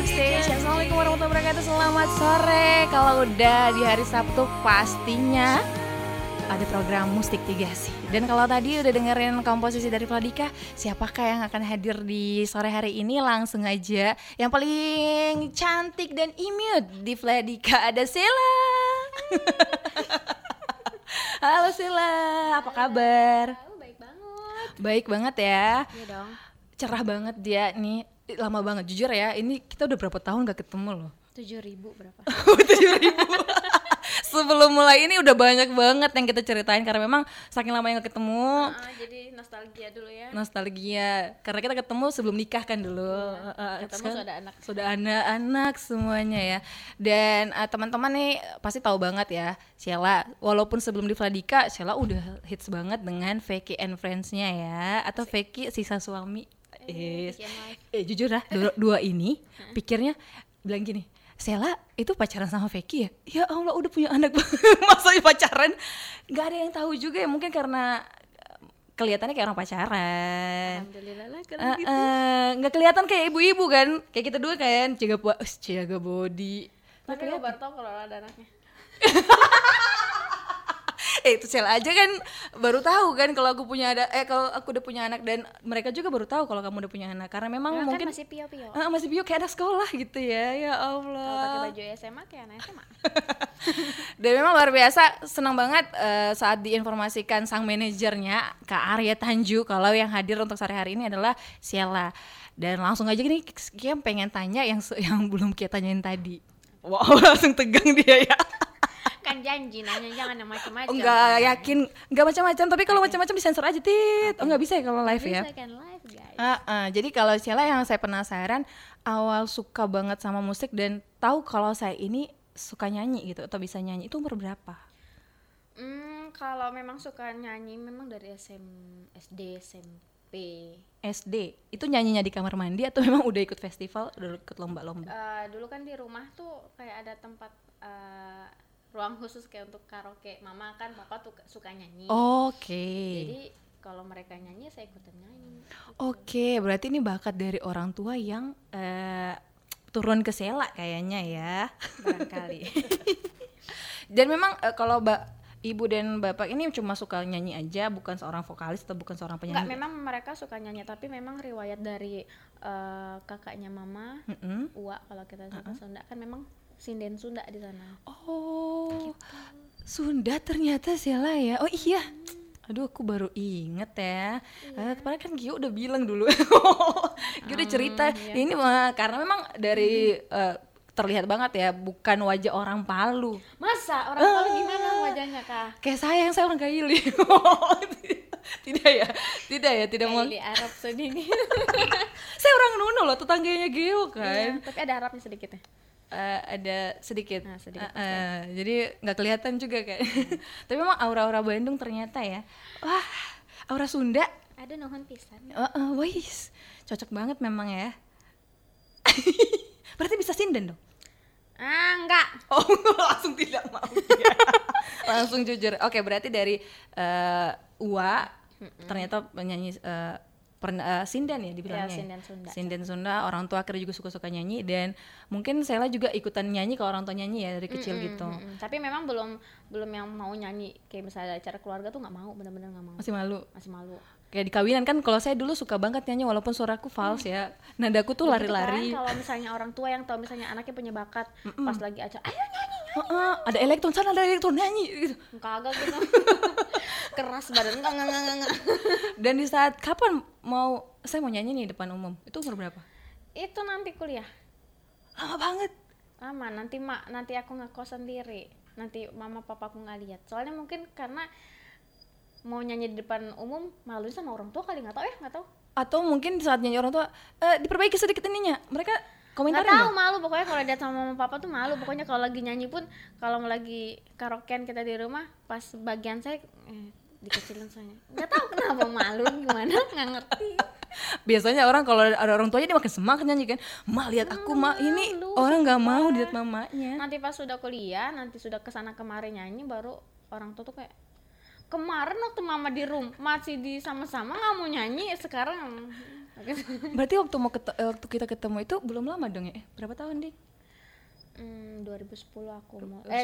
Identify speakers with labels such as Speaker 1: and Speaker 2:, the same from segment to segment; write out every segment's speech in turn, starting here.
Speaker 1: Stage. Assalamualaikum warahmatullahi wabarakatuh. Selamat sore. Kalau udah di hari Sabtu pastinya ada program Mustik 3 sih. Dan kalau tadi udah dengerin komposisi dari Vladika, siapakah yang akan hadir di sore hari ini? Langsung aja. Yang paling cantik dan imut di Vladika ada Sheila. Halo Sheila, apa kabar?
Speaker 2: Baik banget.
Speaker 1: Baik banget ya.
Speaker 2: Iya dong.
Speaker 1: Cerah banget dia nih. Lama banget jujur ya. Ini kita udah berapa tahun gak ketemu loh.
Speaker 2: 7.000 berapa?
Speaker 1: 7.000. Sebelum mulai ini udah banyak banget yang kita ceritain karena memang saking lama yang gak ketemu.
Speaker 2: Jadi nostalgia dulu ya.
Speaker 1: Nostalgia karena kita ketemu sebelum nikah kan dulu.
Speaker 2: Ketemu sudah anak.
Speaker 1: Sudah anak semuanya ya. Dan teman-teman nih pasti tahu banget ya Sheila. Walaupun sebelum di Vladika, Sheila udah hits banget dengan Vicky and Friends-nya ya, atau Vicky sisa suami. Jujur lah, dua ini pikirnya bilang gini, Sheila itu pacaran sama Vicky ya? Ya Allah, udah punya anak. Masa pacaran? Gak ada yang tahu juga ya, mungkin karena kelihatannya kayak orang pacaran.
Speaker 2: Alhamdulillah lah kalau gitu.
Speaker 1: Gak kelihatan kayak ibu-ibu kan, kayak kita dua kan, jaga body.
Speaker 2: Tapi lo baru tau kalau ada anaknya.
Speaker 1: Itu Sheila aja kan baru tahu kan kalau aku punya kalau aku udah punya anak, dan mereka juga baru tahu kalau kamu udah punya anak karena memang
Speaker 2: Ya,
Speaker 1: mungkin
Speaker 2: kan masih pio-pio.
Speaker 1: Masih bio kayak anak sekolah gitu ya. Ya
Speaker 2: Kalau
Speaker 1: Allah.
Speaker 2: pakai baju SMA kayak anak SMA.
Speaker 1: Dan memang luar biasa, senang banget saat diinformasikan sang manajernya Kak Arya Tanju kalau yang hadir untuk sore hari ini adalah Sheila. Dan langsung aja gini, Kia pengen tanya yang belum Kia tanyain tadi. Wow, langsung tegang dia ya.
Speaker 2: Kan janji nanya jangan yang macam-macam.
Speaker 1: Enggak yakin, enggak macam-macam, tapi kalau macam-macam disensor aja, Tit. Oh, enggak bisa ya kalau live ya.
Speaker 2: Bisa kan live, guys.
Speaker 1: Jadi kalau Sheila yang saya penasaran, awal suka banget sama musik dan tahu kalau saya ini suka nyanyi gitu atau bisa nyanyi itu umur berapa?
Speaker 2: Kalau memang suka nyanyi memang dari SD, SMP.
Speaker 1: SD. Itu nyanyinya di kamar mandi atau memang udah ikut festival, udah ikut lomba-lomba?
Speaker 2: Dulu kan di rumah tuh kayak ada tempat ruang khusus kayak untuk karaoke. Mama kan papa tuh suka nyanyi.
Speaker 1: Oke.
Speaker 2: Jadi kalau mereka nyanyi saya ikutan nyanyi.
Speaker 1: Oke, berarti ini bakat dari orang tua yang turun ke Sheila kayaknya ya.
Speaker 2: Barangkali.
Speaker 1: Dan memang kalau ibu dan bapak ini cuma suka nyanyi aja, bukan seorang vokalis atau bukan seorang penyanyi?
Speaker 2: Enggak, memang mereka suka nyanyi, tapi memang riwayat dari kakaknya mama, Uwa kalau kita bahasa Sunda kan memang sinden Sunda di sana.
Speaker 1: Oh,
Speaker 2: gitu.
Speaker 1: Sunda ternyata Sheila ya. Oh iya. Aduh, aku baru inget ya. Padahal kan Gio udah bilang dulu. Gio udah cerita.
Speaker 2: Iya.
Speaker 1: Ini karena memang dari terlihat banget ya, bukan wajah orang Palu.
Speaker 2: Masa orang Palu gimana wajahnya kah?
Speaker 1: Kayak saya orang Kaili. Tidak mau.
Speaker 2: Kayak di Arab sedikit.
Speaker 1: Saya orang Nuno loh, tetangganya Gio kan.
Speaker 2: Iya, tapi ada Arabnya sedikit ya.
Speaker 1: Ada sedikit,
Speaker 2: sedikit
Speaker 1: jadi nggak kelihatan juga kan. Tapi memang aura-aura Bandung ternyata ya. Wah, aura Sunda.
Speaker 2: Ada nuhun pisan.
Speaker 1: Wais, cocok banget memang ya. Berarti bisa sinden dong?
Speaker 2: Enggak.
Speaker 1: Oh, langsung tidak mau ya. Langsung jujur. Oke, berarti dari Uwa ternyata penyanyi sinden ya dibilangnya.
Speaker 2: Ya, sinden Sunda.
Speaker 1: Sinden Sunda, orang tua akhirnya juga suka-suka nyanyi, dan mungkin Sheila juga ikutan nyanyi kalau orang tua nyanyi ya dari kecil gitu.
Speaker 2: Tapi memang belum yang mau nyanyi kayak misalnya acara keluarga tuh nggak mau, benar-benar nggak mau.
Speaker 1: Masih malu. Kayak di kawinan kan, kalau saya dulu suka banget nyanyi walaupun suaraku fals ya. Nadaku tuh lari-lari.
Speaker 2: Kan, kalau misalnya orang tua yang tahu misalnya anaknya punya bakat, pas lagi acara, ayo nyanyi.
Speaker 1: Ada elektron sana, ada elektron nyanyi gitu.
Speaker 2: Kagak gitu. Keras badan enggak.
Speaker 1: Dan di saat kapan saya mau nyanyi nih depan umum, itu umur berapa?
Speaker 2: Itu nanti kuliah.
Speaker 1: Lama banget.
Speaker 2: Lama, nanti aku ngekos sendiri. Nanti mama papaku nggak lihat. Soalnya mungkin karena mau nyanyi di depan umum malu sama orang tua kali, nggak tahu.
Speaker 1: Atau mungkin saat nyanyi orang tua diperbaiki sedikit ininya. Mereka komentarin
Speaker 2: nggak tahu, malu pokoknya kalau lihat sama mama papa tuh malu. Pokoknya kalau lagi nyanyi pun, kalau lagi karaokean kita di rumah, pas bagian saya dikecilin soalnya. Nggak tahu kenapa malu gimana, nggak ngerti.
Speaker 1: Biasanya orang kalau ada orang tuanya dia makin semangat nyanyi kan. Mak lihat aku, mak ini orang nggak mau dilihat mamanya.
Speaker 2: Nanti pas sudah kuliah, nanti sudah kesana kemari nyanyi, baru orang tua tuh kayak, kemarin waktu mama di rumah masih di sama-sama nggak mau nyanyi, sekarang
Speaker 1: Berarti waktu kita ketemu itu belum lama dong ya? Berapa tahun, Dik?
Speaker 2: 2010 aku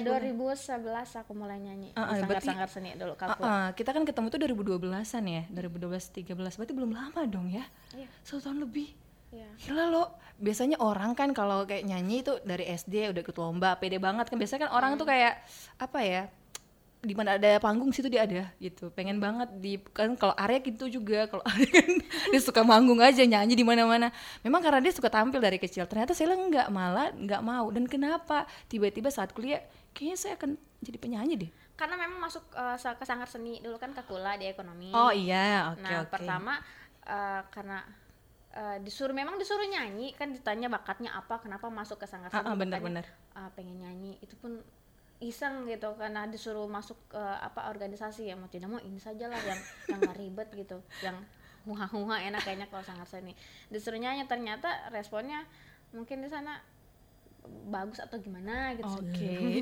Speaker 2: 2011 aku mulai nyanyi di Sanggar Seni dulu Kakula.
Speaker 1: Kita kan ketemu tuh 2012-an ya, 2012-13, berarti belum lama dong ya?
Speaker 2: Iya.
Speaker 1: 1 tahun lebih.
Speaker 2: Iya.
Speaker 1: Gila lo, biasanya orang kan kalau kayak nyanyi itu dari SD udah ikut lomba, pede banget kan. Biasanya kan orang tuh kayak apa ya, di mana ada panggung situ dia ada gitu, pengen banget di kan. Kalau Arya gitu juga, kalau Arya kan dia suka manggung aja, nyanyi di mana-mana. Memang karena dia suka tampil dari kecil. Ternyata Sheila malah nggak mau. Dan kenapa tiba-tiba saat kuliah kayaknya saya akan jadi penyanyi deh?
Speaker 2: Karena memang masuk ke Sanggar Seni dulu kan Kakula di ekonomi.
Speaker 1: Oh iya, oke.
Speaker 2: Pertama karena disuruh nyanyi kan, ditanya bakatnya apa, kenapa masuk ke Sanggar Seni.
Speaker 1: Bener-bener.
Speaker 2: Pengen nyanyi, itu pun iseng gitu, karena disuruh masuk organisasi ya, mau tidak mau ini saja lah yang nggak ribet gitu, yang huha-huha enak kayaknya kalau Sanggar Seni. Disuruh nyanyi, ternyata responnya mungkin di sana bagus atau gimana gitu.
Speaker 1: Oke.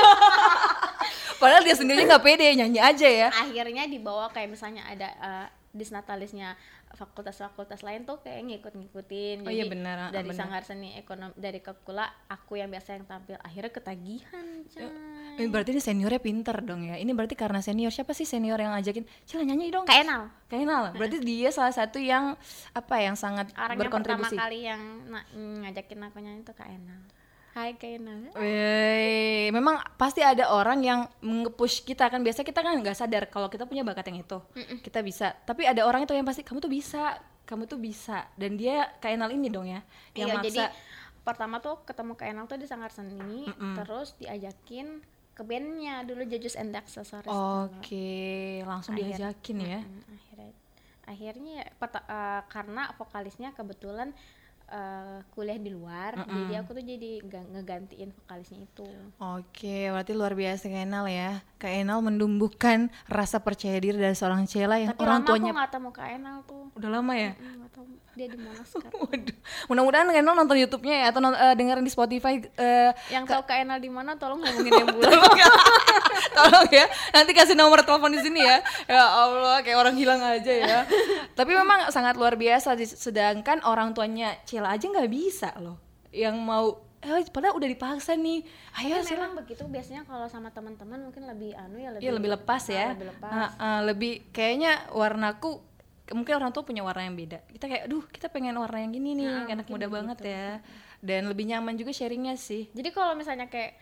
Speaker 1: Padahal dia sendiri nggak pede, nyanyi aja ya.
Speaker 2: Akhirnya dibawa kayak misalnya ada disnatalisnya fakultas-fakultas lain tuh kayak ngikutin.
Speaker 1: Oh iya benar.
Speaker 2: Dari Sanggar Seni Ekonomi, dari Kakula aku yang biasa yang tampil, akhirnya ketagihan.
Speaker 1: Berarti ini seniornya pinter dong ya. Ini berarti karena senior. Siapa sih senior yang ngajakin Cila nyanyi dong?
Speaker 2: Kak Enal.
Speaker 1: Berarti dia salah satu yang yang sangat
Speaker 2: orang
Speaker 1: berkontribusi.
Speaker 2: yang pertama kali yang ngajakin aku nyanyi tuh Kak Enal. Hai Kak Enal.
Speaker 1: Memang pasti ada orang yang nge-push kita kan. Biasa kita kan nggak sadar kalau kita punya bakat yang itu. Kita bisa. Tapi ada orang itu yang pasti kamu tuh bisa. Dan dia Kak Enal ini dong ya yang maksa.
Speaker 2: Jadi pertama tuh ketemu Kak Enal tuh di Sanggar Seni, terus diajakin ke bandnya dulu, Jejus and Accessories.
Speaker 1: Oke, langsung diajakin ya.
Speaker 2: Akhirnya karena vokalisnya kebetulan kuliah di luar, jadi aku tuh jadi ngegantiin vokalisnya itu.
Speaker 1: Oke, berarti luar biasa Kak Enal ya. Kak Enal menumbuhkan rasa percaya diri dari seorang Sheila yang
Speaker 2: tapi
Speaker 1: orang tuanya.
Speaker 2: Tapi lama aku nggak temu Kak Enal tuh.
Speaker 1: Udah lama ya?
Speaker 2: Nggak tahu dia di mana sekarang.
Speaker 1: Waduh, mudah-mudahan Kak Enal nonton YouTube-nya ya, atau dengerin di Spotify.
Speaker 2: Yang tahu Kak Enal di mana tolong hubungin yang bulan.
Speaker 1: Tolong ya, nanti kasih nomor telepon di sini ya. Ya Allah, kayak orang hilang aja ya. Tapi memang sangat luar biasa, sedangkan orang tuanya Sheila aja nggak bisa loh. Yang mau padahal udah dipaksa nih. Ayo
Speaker 2: Sheila. Memang begitu biasanya kalau sama teman-teman mungkin lebih
Speaker 1: lebih lepas ya.
Speaker 2: Lebih lepas.
Speaker 1: Lebih kayaknya warnaku, mungkin orang tua punya warna yang beda. Kita kayak kita pengen warna yang gini nih, anak muda banget ya. Dan lebih nyaman juga sharingnya sih.
Speaker 2: Jadi kalau misalnya kayak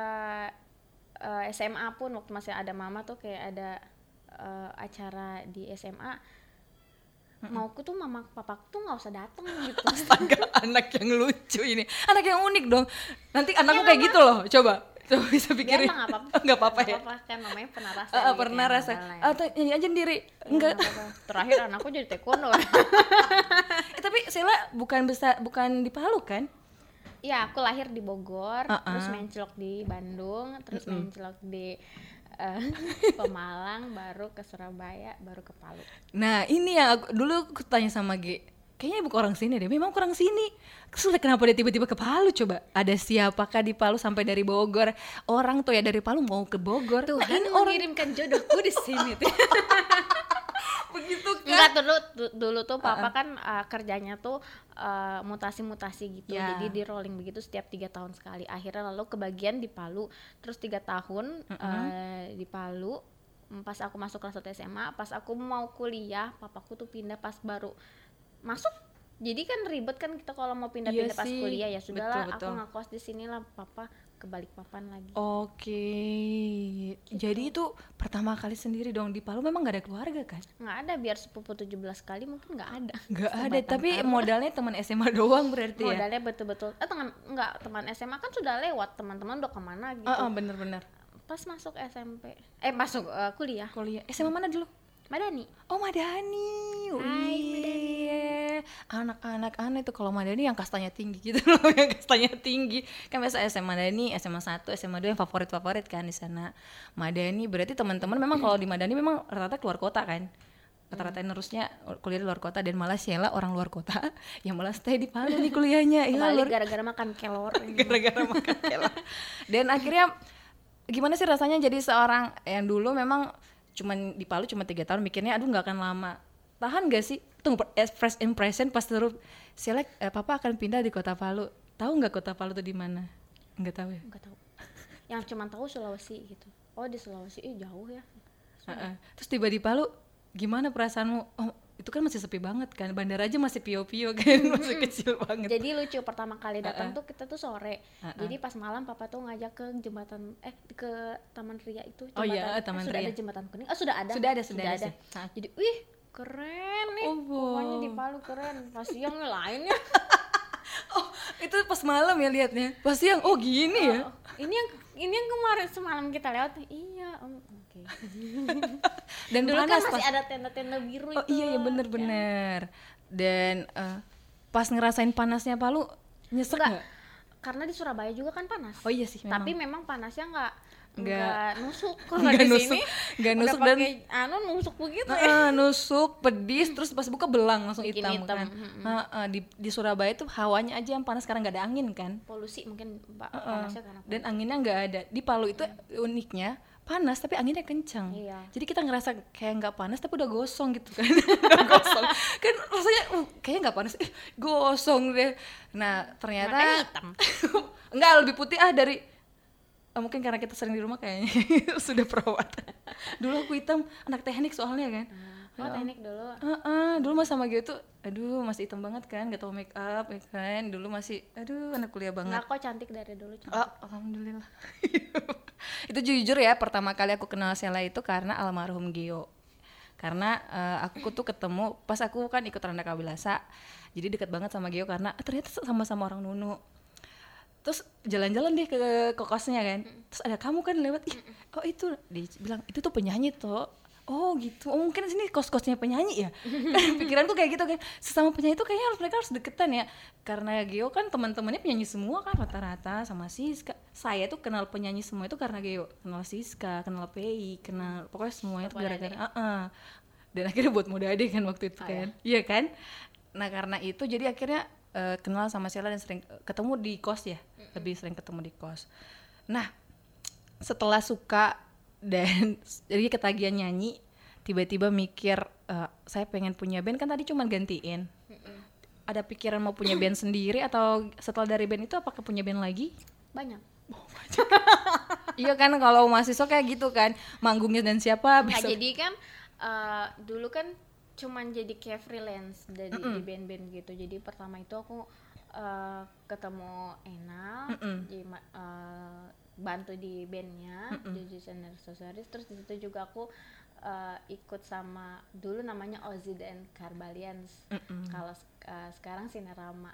Speaker 2: SMA pun waktu masih ada mama tuh kayak ada acara di SMA, mauku tuh mama papaku tuh nggak usah datang gitu.
Speaker 1: Astaga, anak yang lucu ini, anak yang unik dong. Nanti anakku kayak gitu loh, coba bisa pikirin.
Speaker 2: Ya,
Speaker 1: nggak apa-apa ya.
Speaker 2: Kan mamanya pernah rasa.
Speaker 1: Pernah
Speaker 2: gitu,
Speaker 1: rasa. Nyanyi aja sendiri. Enggak.
Speaker 2: Terakhir anakku jadi taekwondo.
Speaker 1: Tapi Sheila bukan di Palu kan?
Speaker 2: Iya, aku lahir di Bogor, terus mencelok di Bandung, terus mencelok di Pemalang, baru ke Surabaya, baru ke Palu.
Speaker 1: Nah ini yang dulu aku tanya sama G, kayaknya bukan orang sini deh, memang orang sini. Sudah kenapa dia tiba-tiba ke Palu coba? Ada siapakah di Palu sampai dari Bogor? Orang tuh ya dari Palu mau ke Bogor.
Speaker 2: Tuhan mengirimkan jodohku di sini tuh.
Speaker 1: Begitu kan?
Speaker 2: Enggak, dulu tuh papa kan kerjanya tuh mutasi-mutasi gitu. Jadi di rolling begitu setiap 3 tahun sekali. Akhirnya lalu kebagian di Palu, terus 3 tahun di Palu. Pas aku masuk kelas 1 SMA, pas aku mau kuliah, papaku tuh pindah pas baru masuk. Jadi kan ribet kan kita kalau mau pindah-pindah pas kuliah, ya sudahlah, aku ngekos di sini lah, papa ke Balikpapan lagi.
Speaker 1: Oke. Gitu. Jadi itu pertama kali sendiri dong di Palu, memang gak ada keluarga kan?
Speaker 2: Nggak ada, biar sepupu 17 kali mungkin nggak ada.
Speaker 1: Nggak ada, tapi modalnya teman SMA doang berarti ya?
Speaker 2: Modalnya betul-betul, teman SMA kan sudah lewat, teman-teman udah kemana gitu.
Speaker 1: Bener-bener.
Speaker 2: Pas masuk SMP, kuliah.
Speaker 1: SMA mana dulu?
Speaker 2: Madani.
Speaker 1: Oh Madani.
Speaker 2: Hai Madani.
Speaker 1: Anak-anak aneh tuh kalau Madani yang kastanya tinggi gitu loh, yang kastanya tinggi. Kan biasa SMA Madani, SMA 1, SMA 2 yang favorit kan di sana. Madani berarti teman-teman memang kalau di Madani memang rata-rata keluar kota kan. Rata-rata nerusnya kuliah di luar kota, dan malah Sheila orang luar kota yang malah stay di Palu nih kuliahnya.
Speaker 2: Kembali gara-gara makan kelor.
Speaker 1: Gara-gara makan kelor. Dan akhirnya gimana sih rasanya jadi seorang yang dulu memang cuman di Palu cuma 3 tahun, mikirnya aduh nggak akan lama, tahan gak sih? Tunggu, first impression pas terus Sheila, papa akan pindah di Kota Palu. Tahu nggak Kota Palu tuh di mana? Nggak tahu ya?
Speaker 2: Nggak tahu. Yang cuma tahu Sulawesi gitu. Oh di Sulawesi, jauh ya.
Speaker 1: Terus tiba di Palu, gimana perasaanmu? Oh, itu kan masih sepi banget kan, bandara aja masih pio-pio kan, masih kecil banget.
Speaker 2: Jadi lucu, pertama kali datang tuh kita tuh sore. Jadi pas malam papa tuh ngajak ke jembatan ke Taman Ria itu.
Speaker 1: Oh iya, Taman
Speaker 2: sudah
Speaker 1: Ria.
Speaker 2: Ada jembatan kuning. Oh sudah ada.
Speaker 1: Sudah ada.
Speaker 2: Jadi wih keren nih. Pokoknya di Palu keren. Pas siang lainnya.
Speaker 1: Oh itu pas malam ya liatnya. Pas siang oh gini ya.
Speaker 2: Ini yang kemarin semalam kita lewat. Iya oke.
Speaker 1: Dan
Speaker 2: dulu
Speaker 1: panas,
Speaker 2: kan masih ada tenda-tenda biru itu.
Speaker 1: Oh iya bener. Dan pas ngerasain panasnya Palu nyesek nggak?
Speaker 2: Karena di Surabaya juga kan panas.
Speaker 1: Oh iya sih memang.
Speaker 2: Tapi memang panasnya nggak nusuk.
Speaker 1: Nggak nusuk dan
Speaker 2: nusuk begitu
Speaker 1: nusuk, pedis, terus pas buka belang langsung hitam kan. Di Surabaya tuh hawanya aja yang panas karena nggak ada angin kan.
Speaker 2: Polusi mungkin panasnya karena
Speaker 1: dan anginnya nggak ada. Di Palu itu uniknya panas tapi anginnya kencang.
Speaker 2: Iya.
Speaker 1: Jadi kita ngerasa kayak nggak panas tapi udah gosong gitu kan. Udah gosong kan rasanya kayaknya nggak panas, gosong deh. Nah ternyata
Speaker 2: hitam.
Speaker 1: nggak, lebih putih dari mungkin karena kita sering di rumah kayaknya sudah perawatan. Dulu aku hitam, anak teknik soalnya kan.
Speaker 2: Teknik dulu.
Speaker 1: Dulu mas sama gitu, aduh masih hitam banget kan, gak tau make up ya kan. Dulu masih, anak kuliah banget.
Speaker 2: Nah, kok cantik dari dulu.
Speaker 1: Alhamdulillah. Itu jujur ya, pertama kali aku kenal Sheila itu karena almarhum Gio. Karena aku tuh ketemu, pas aku kan ikut Randa Kabilasa, jadi deket banget sama Gio karena ternyata sama-sama orang Nunu. Terus jalan-jalan deh ke kosnya kan, terus ada kamu kan lewat, oh itu, dia bilang itu tuh penyanyi tuh. Oh gitu, mungkin sini kos-kosnya penyanyi ya. Pikiranku kayak gitu kan, sesama penyanyi itu kayaknya mereka harus deketan ya. Karena Gio kan teman-temannya penyanyi semua kan rata-rata sama Siska. Saya tuh kenal penyanyi semua itu karena Gio, kenal Siska, kenal Pei, kenal pokoknya semuanya tuh gara-gara. Dan akhirnya buat Muda Ade kan waktu itu kan, iya kan. Nah karena itu jadi akhirnya kenal sama Sheila dan sering ketemu di kos ya, lebih sering ketemu di kos. Nah setelah suka dan jadi ketagihan nyanyi, tiba-tiba mikir saya pengen punya band kan, tadi cuma gantiin. Ada pikiran mau punya band sendiri atau setelah dari band itu apakah punya band lagi?
Speaker 2: Banyak.
Speaker 1: Iya kan kalau mahasiswa kayak gitu kan, manggungnya dan siapa
Speaker 2: besok. Nah jadi kan dulu kan cuman jadi kayak freelance di band-band gitu. Jadi pertama itu aku ketemu Enal, jadi bantu di bandnya, Jujus and Accessories. Terus di situ juga aku ikut sama dulu namanya Ozzy and Carbalians. Kalau sekarang Sinerama.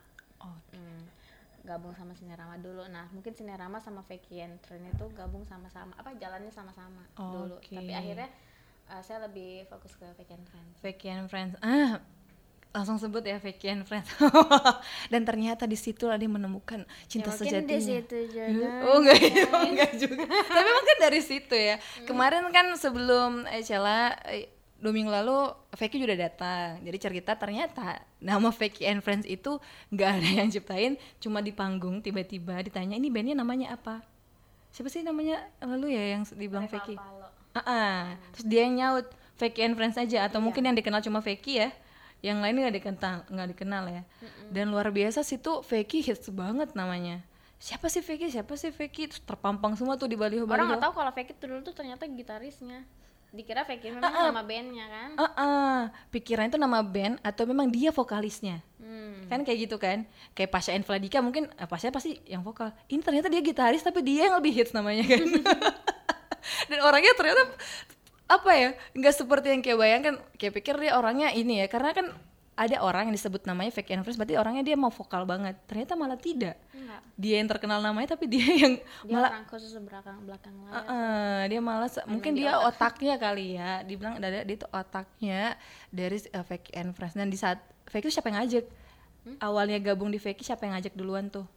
Speaker 2: Gabung sama Sinerama dulu. Nah mungkin Sinerama sama Vicky and Trend itu gabung sama-sama, jalannya sama-sama dulu. Tapi akhirnya saya lebih fokus ke Vicky and Friends. Langsung sebut ya Vicky and Friends. Dan ternyata di situ dia menemukan cinta sejatinya. Mungkin di situ juga.
Speaker 1: Enggak juga. Tapi mungkin dari situ ya. Kemarin kan sebelum Sheila 2 minggu lalu Vicky juga datang. Jadi cerita ternyata nama Vicky and Friends itu nggak ada yang ciptain, cuma di panggung tiba-tiba ditanya ini bandnya namanya apa. Siapa sih namanya lalu ya yang dibilang Vicky? Terus dia yang nyaut Vicky and Friends aja atau mungkin yang dikenal cuma Vicky ya, yang lain nggak dikenal ya. Dan luar biasa sih tuh Vicky hits banget namanya. Siapa sih Vicky terus terpampang semua tuh di baliho.
Speaker 2: Orang nggak tahu kalau Vicky tuh dulu tuh ternyata gitarisnya. Dikira Vicky memang nama bandnya kan.
Speaker 1: Pikirannya itu nama band atau memang dia vokalisnya. Kan kayak gitu kan, kayak Pasha and Vladika mungkin Pasha pasti yang vokal, ini ternyata dia gitaris tapi dia yang lebih hits namanya kan. Dan orangnya ternyata apa ya, nggak seperti yang kayak bayangkan, kayak pikir dia orangnya ini ya, karena kan ada orang yang disebut namanya Vicky and Friends berarti orangnya dia mau vokal banget, ternyata malah tidak. Dia yang terkenal namanya tapi dia yang malah
Speaker 2: orang khusus belakang layar.
Speaker 1: Dia malah mungkin dia otaknya kali ya, dibilang dia itu otaknya dari Vicky and Friends. Dan di saat Vicky siapa yang ngajak? Awalnya gabung di Vicky siapa yang ngajak duluan tuh?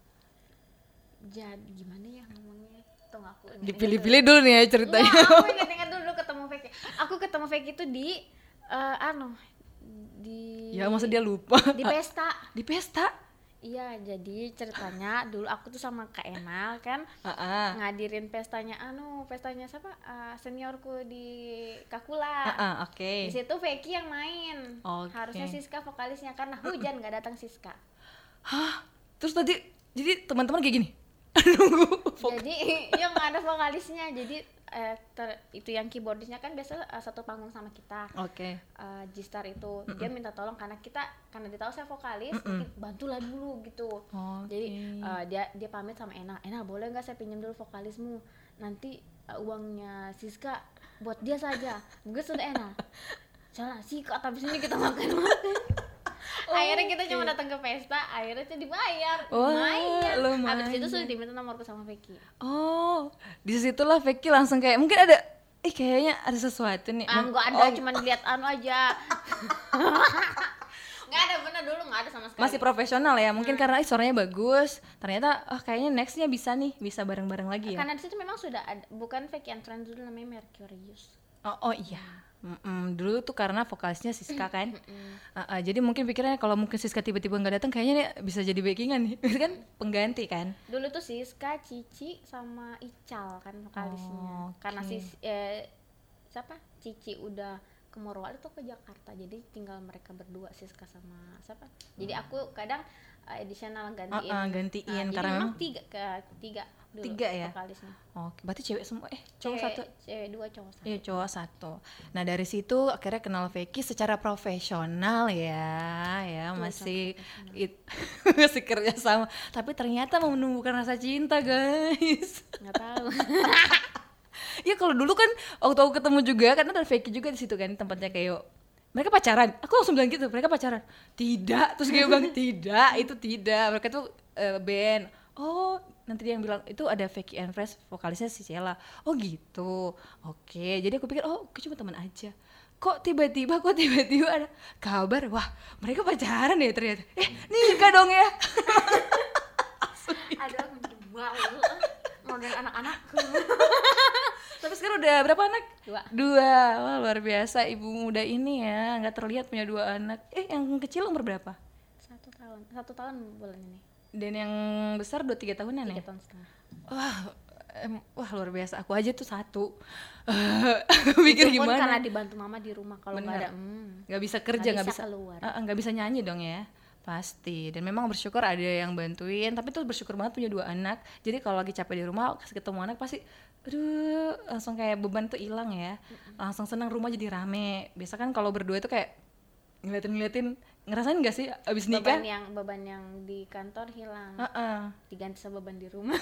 Speaker 2: Jadi gimana ya ngomongnya? Tunggu aku
Speaker 1: dipilih-pilih dulu nih ya ceritanya.
Speaker 2: Aku ingat dulu ketemu Vicky. Aku ketemu Vicky itu di
Speaker 1: ya masa dia lupa.
Speaker 2: Di pesta.
Speaker 1: Di pesta?
Speaker 2: Iya, jadi ceritanya dulu aku tuh sama Kak Enal kan ngadirin pestanya siapa? Seniorku di Kakula.
Speaker 1: Oke.
Speaker 2: Di situ Vicky yang main.
Speaker 1: Oke.
Speaker 2: Harusnya Siska vokalisnya karena hujan nggak datang Siska.
Speaker 1: Hah? Terus tadi jadi teman-teman kayak gini. Nunggu.
Speaker 2: Jadi ya nggak ada vokalisnya. Jadi itu yang keyboardisnya kan biasa satu panggung sama kita.
Speaker 1: Oke.
Speaker 2: G-Star itu dia minta tolong karena dia tahu saya vokalis, mungkin bantulah dulu gitu. Jadi dia pamit sama Ena boleh nggak saya pinjam dulu vokalismu, nanti uangnya Siska buat dia saja. Gue sudah Ena salah sih kak, tapi sini kita makan. Akhirnya kita cuma datang ke pesta, akhirnya itu dibayar. Lumayan. Habis itu sudah diminta nomorku sama Vicky.
Speaker 1: Di situlah Vicky langsung kayak mungkin ada kayaknya ada sesuatu nih.
Speaker 2: Enggak ada, cuma dilihat aja. Nggak ada, bener dulu nggak ada sama sekali.
Speaker 1: Masih profesional ya, mungkin karena suaranya bagus. Ternyata kayaknya nextnya bisa bareng-bareng lagi ya.
Speaker 2: Karena di situ memang sudah ada, bukan Vicky and Friends dulu, namanya Mercurius.
Speaker 1: Oh iya. Dulu tuh karena vokalisnya Siska kan. Jadi mungkin pikirnya kalau mungkin Siska tiba-tiba nggak datang, kayaknya nih bisa jadi backingan nih. Kan pengganti kan.
Speaker 2: Dulu tuh Siska, Cici sama Ical kan vokalisnya. Karena siapa? Cici udah ke Morowali tuh ke Jakarta. Jadi tinggal mereka berdua, Siska sama siapa? Jadi aku kadang additional gantiin.
Speaker 1: Karena memang
Speaker 2: tiga dulu
Speaker 1: ya vokalisnya. Berarti cewek semua cowok satu.
Speaker 2: Cewek 2, cowok 1.
Speaker 1: Iya, cowok 1. Nah, dari situ akhirnya kenal Vicky secara profesional ya. Masih masih kerja sama. Tapi ternyata mau menumbuhkan rasa cinta, guys.
Speaker 2: Enggak tahu.
Speaker 1: Ya kalau dulu kan waktu aku ketemu juga kan ada Vicky juga di situ kan, tempatnya kayak mereka pacaran. Aku langsung bilang gitu, mereka pacaran. Tidak, terus dia bilang tidak, itu tidak. Mereka tuh band. Nanti dia yang bilang itu ada Vicky and Friends, vokalisnya si Sheila. Oh gitu. Oke, jadi aku pikir cuma teman aja. Kok tiba-tiba ada kabar, wah mereka pacaran ya ternyata. Nikah dong ya.
Speaker 2: Ada malu model anak-anakku.
Speaker 1: Tapi sekarang udah berapa anak?
Speaker 2: 2.
Speaker 1: Wah, luar biasa ibu muda ini ya, nggak terlihat punya 2 anak. Yang kecil umur berapa?
Speaker 2: 1 tahun bulan ini.
Speaker 1: Dan yang besar 2-3 tahunan
Speaker 2: 3
Speaker 1: ya?
Speaker 2: 3 tahun setengah.
Speaker 1: Wah luar biasa. Aku aja tuh 1. Mikir
Speaker 2: itu pun
Speaker 1: gimana?
Speaker 2: karena dibantu mama di rumah, kalau nggak ada
Speaker 1: nggak bisa kerja, nggak bisa
Speaker 2: keluar,
Speaker 1: nggak bisa nyanyi dong ya. Pasti. Dan memang bersyukur ada yang bantuin, tapi tuh bersyukur banget punya 2 anak. Jadi kalau lagi capek di rumah kasih ketemu anak pasti langsung kayak beban tuh hilang ya. Langsung senang, rumah jadi rame. Biasa kan kalau berdua tuh kayak ngeliatin, ngerasain nggak sih abis nikah
Speaker 2: beban yang di kantor hilang, diganti sama beban di rumah.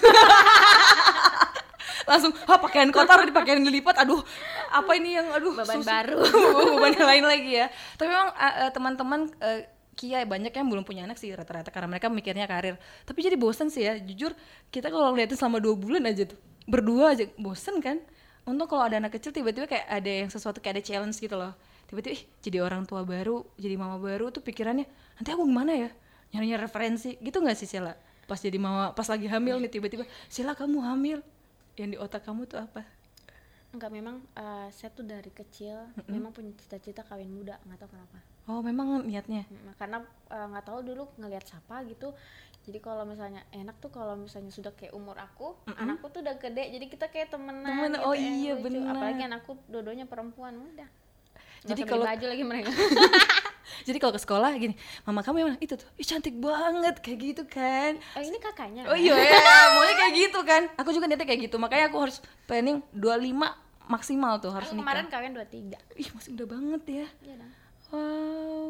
Speaker 1: Langsung pakaian kotor dipakaian dilipat, apa ini yang
Speaker 2: beban baru.
Speaker 1: Beban yang lain lagi ya. Tapi memang teman-teman Kia banyak yang belum punya anak sih rata-rata karena mereka mikirnya karir. Tapi jadi bosen sih ya, jujur kita kalau ngeliatin selama 2 bulan aja tuh berdua aja bosen kan. Untung kalau ada anak kecil tiba-tiba kayak ada yang sesuatu, kayak ada challenge gitu loh. Tiba-tiba jadi orang tua baru, jadi mama baru tuh pikirannya nanti aku gimana ya, nyari referensi gitu nggak sih Sheila? Pas jadi mama, pas lagi hamil nih tiba-tiba Sheila kamu hamil, yang di otak kamu tuh apa?
Speaker 2: Enggak, memang saya tuh dari kecil memang punya cita-cita kawin muda, nggak tahu kenapa.
Speaker 1: Memang niatnya?
Speaker 2: Karena nggak tahu dulu ngelihat siapa gitu. Jadi kalau misalnya enak tuh kalau misalnya sudah kayak umur aku, anakku tuh udah gede, jadi kita kayak temenan gitu.
Speaker 1: Iya benar.
Speaker 2: Apalagi anakku dua-duanya perempuan, udah.
Speaker 1: Jadi kalau
Speaker 2: baju lagi mereka.
Speaker 1: Jadi kalau ke sekolah gini, mama kamu yang mana? Itu tuh, cantik banget kayak gitu kan.
Speaker 2: Ini kakaknya.
Speaker 1: Oh iya, maunya kayak gitu kan. Aku juga niatnya kayak gitu, makanya aku harus planning 25 maksimal tuh harus nikah.
Speaker 2: Kemarin kawin 23.
Speaker 1: Masih muda banget ya.
Speaker 2: Iya dong.
Speaker 1: Wow.